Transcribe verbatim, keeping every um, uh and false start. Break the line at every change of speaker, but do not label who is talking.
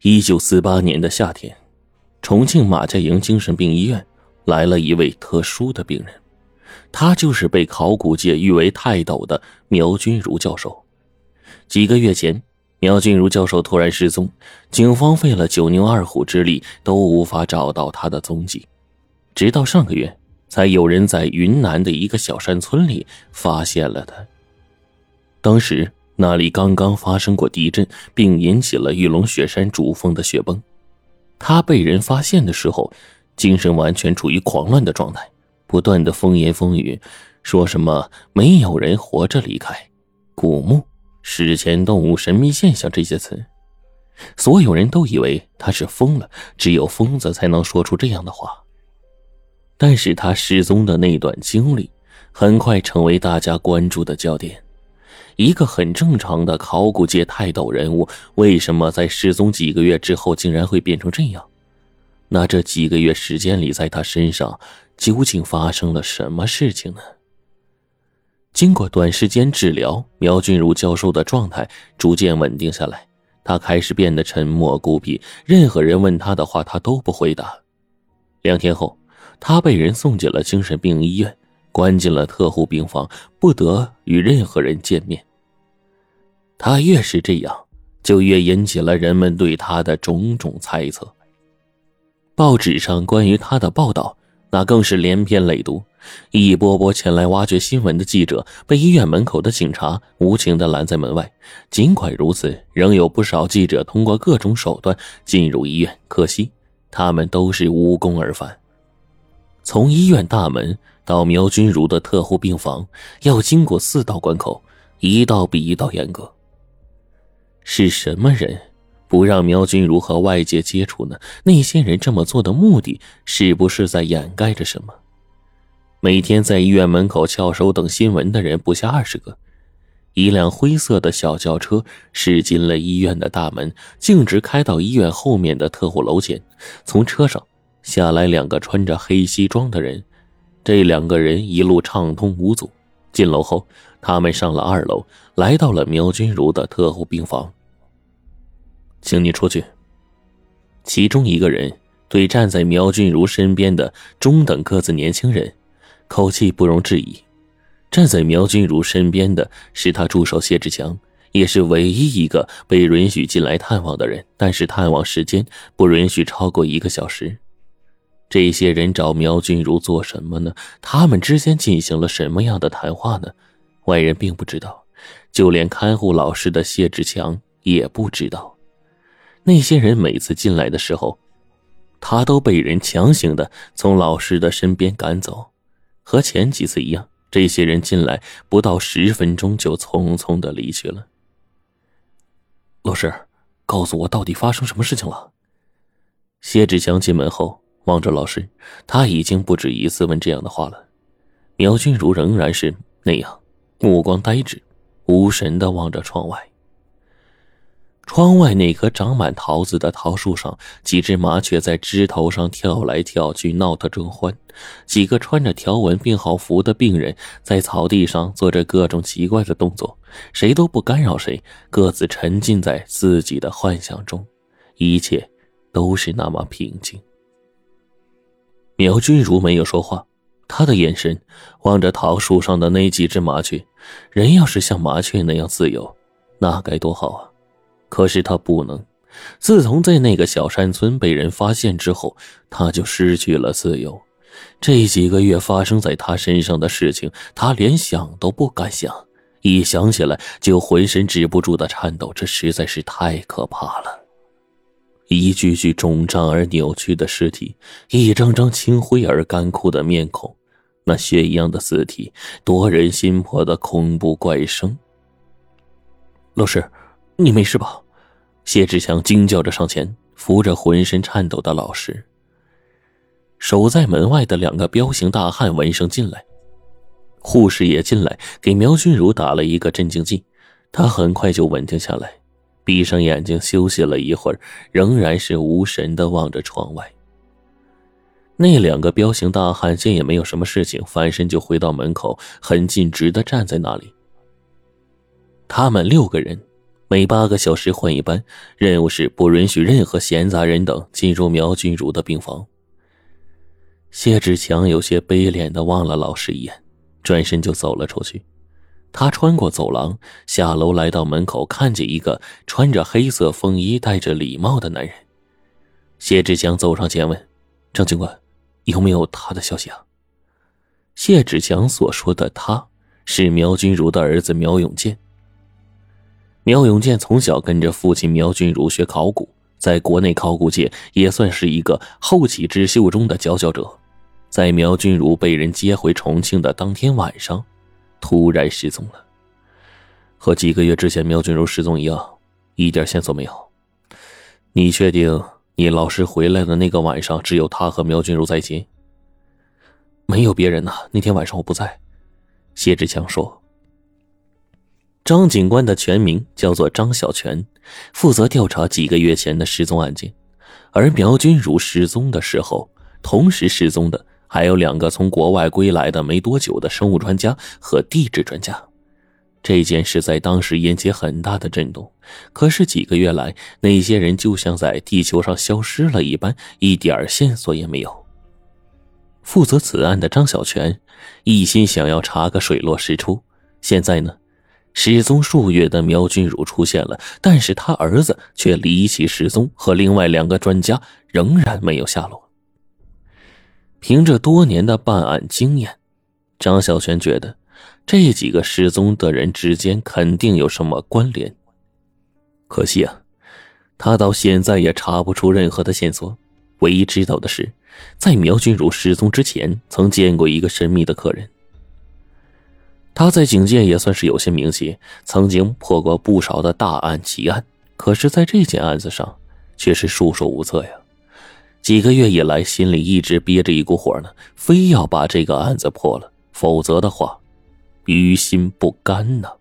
一九四八年的夏天，重庆马家营精神病医院来了一位特殊的病人，他就是被考古界誉为泰斗的苗君如教授。几个月前，苗君如教授突然失踪，警方费了九牛二虎之力都无法找到他的踪迹，直到上个月才有人在云南的一个小山村里发现了他。当时那里刚刚发生过地震，并引起了玉龙雪山主峰的雪崩。他被人发现的时候，精神完全处于狂乱的状态，不断的风言风语，说什么没有人活着离开、古墓、史前动物、神秘现象这些词。所有人都以为他是疯了，只有疯子才能说出这样的话。但是他失踪的那段经历很快成为大家关注的焦点。一个很正常的考古界泰斗人物，为什么在失踪几个月之后竟然会变成这样？那这几个月时间里，在他身上究竟发生了什么事情呢？经过短时间治疗，苗君如教授的状态逐渐稳定下来，他开始变得沉默孤僻，任何人问他的话他都不回答。两天后，他被人送进了精神病医院，关进了特护病房，不得与任何人见面。他越是这样，就越引起了人们对他的种种猜测。报纸上关于他的报道那更是连篇累牍，一波波前来挖掘新闻的记者被医院门口的警察无情地拦在门外。尽管如此，仍有不少记者通过各种手段进入医院，可惜他们都是无功而返。从医院大门到苗君如的特护病房，要经过四道关口，一道比一道严格。是什么人不让苗君如和外界接触呢？那些人这么做的目的是不是在掩盖着什么？每天在医院门口翘首等新闻的人不下二十个。一辆灰色的小轿车驶进了医院的大门，径直开到医院后面的特护楼前。从车上下来两个穿着黑西装的人，这两个人一路畅通无阻。进楼后，他们上了二楼，来到了苗君如的特护病房。请你出去。其中一个人对站在苗君如身边的中等个子年轻人口气不容置疑。站在苗君如身边的是他助手谢志强，也是唯一一个被允许进来探望的人，但是探望时间不允许超过一个小时。这些人找苗君如做什么呢？他们之间进行了什么样的谈话呢？外人并不知道，就连看护老师的谢志强也不知道。那些人每次进来的时候，他都被人强行的从老师的身边赶走。和前几次一样，这些人进来不到十分钟就匆匆的离去了。老师，告诉我到底发生什么事情了？谢志强进门后望着老师，他已经不止一次问这样的话了。苗君如仍然是那样，目光呆滞，无神地望着窗外。窗外那棵长满桃子的桃树上，几只麻雀在枝头上跳来跳去，闹得正欢。几个穿着条纹病号服的病人在草地上做着各种奇怪的动作，谁都不干扰谁，各自沉浸在自己的幻想中，一切都是那么平静。苗君如没有说话，他的眼神望着桃树上的那几只麻雀。人要是像麻雀那样自由，那该多好啊！可是他不能。自从在那个小山村被人发现之后，他就失去了自由。这几个月发生在他身上的事情，他连想都不敢想，一想起来就浑身止不住的颤抖，这实在是太可怕了。一具具肿胀而扭曲的尸体，一张张青灰而干枯的面孔，那血一样的死体，夺人心魄的恐怖怪声。老师，你没事吧？谢志强惊叫着上前，扶着浑身颤抖的老师。守在门外的两个彪形大汉闻声进来，护士也进来，给苗君如打了一个镇静剂。他很快就稳定下来，闭上眼睛休息了一会儿，仍然是无神地望着窗外。那两个彪形大汉见也没有什么事情，翻身就回到门口，很尽职地站在那里。他们六个人每八个小时换一班，任务是不允许任何闲杂人等进入苗君如的病房。谢志强有些悲怜地望了老师一眼，转身就走了出去。他穿过走廊，下楼来到门口，看见一个穿着黑色风衣戴着礼帽的男人。谢志强走上前问：张警官，有没有他的消息啊？谢志强所说的他是苗君如的儿子苗永健。苗永健从小跟着父亲苗君如学考古，在国内考古界也算是一个后起之秀中的佼佼者。在苗君如被人接回重庆的当天晚上，突然失踪了，和几个月之前苗君如失踪一样，一点线索没有。你确定你老师回来的那个晚上只有他和苗君如在一起？没有别人呢，那天晚上我不在。谢志强说。张警官的全名叫做张小泉，负责调查几个月前的失踪案件。而苗君如失踪的时候，同时失踪的还有两个从国外归来的没多久的生物专家和地质专家。这件事在当时引起很大的震动，可是几个月来，那些人就像在地球上消失了一般，一点线索也没有。负责此案的张小泉一心想要查个水落石出，现在呢，失踪数月的苗君如出现了，但是他儿子却离奇失踪，和另外两个专家仍然没有下落。凭着多年的办案经验，张小泉觉得这几个失踪的人之间肯定有什么关联。可惜啊，他到现在也查不出任何的线索。唯一知道的是，在苗君如失踪之前曾见过一个神秘的客人。他在警界也算是有些名气，曾经破过不少的大案奇案，可是在这件案子上却是束手无策呀。几个月以来心里一直憋着一股火呢，非要把这个案子破了，否则的话于心不甘呢。